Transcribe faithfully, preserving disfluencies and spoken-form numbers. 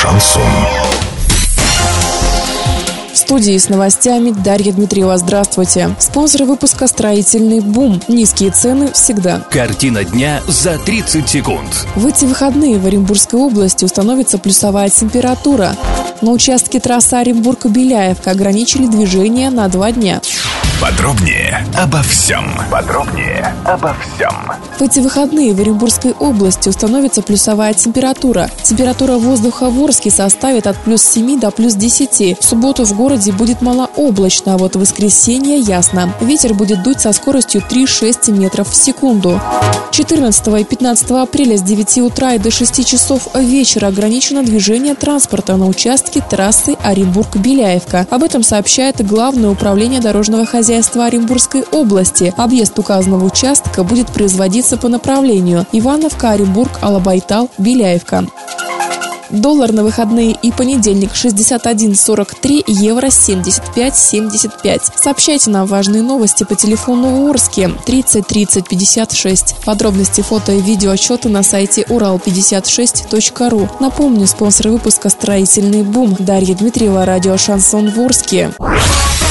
Шансон. В студии с новостями Дарья Дмитриева. Здравствуйте. Спонсор выпуска «Строительный бум». Низкие цены всегда. Картина дня за тридцать секунд. В эти выходные в Оренбургской области установится плюсовая температура. На участке трассы Оренбург-Беляевка ограничили движение на два дня. Подробнее обо всем. Подробнее обо всем. В эти выходные в Оренбургской области установится плюсовая температура. Температура воздуха в Орске составит от плюс семи до плюс десяти. В субботу в городе будет малооблачно, а вот в воскресенье ясно. Ветер будет дуть со скоростью три-шесть метров в секунду. четырнадцатого и пятнадцатого апреля с девяти утра и до шести часов вечера ограничено движение транспорта на участке трассы Оренбург-Беляевка. Об этом сообщает Главное управление дорожного хозяйства Оренбургской области. Объезд указанного участка будет производиться по направлению Ивановка, Оренбург, Алабайтал, Беляевка. Доллар на выходные и понедельник шестьдесят один сорок три, евро семьдесят пять семьдесят пять. Сообщайте нам важные новости по телефону в Орске тридцать тридцать пятьдесят шесть. Подробности, фото и видеоотчеты на сайте урал пятьдесят шесть точка ру. Напомню, спонсор выпуска «Строительный бум». Дарья Дмитриева, радио «Шансон» в Орске.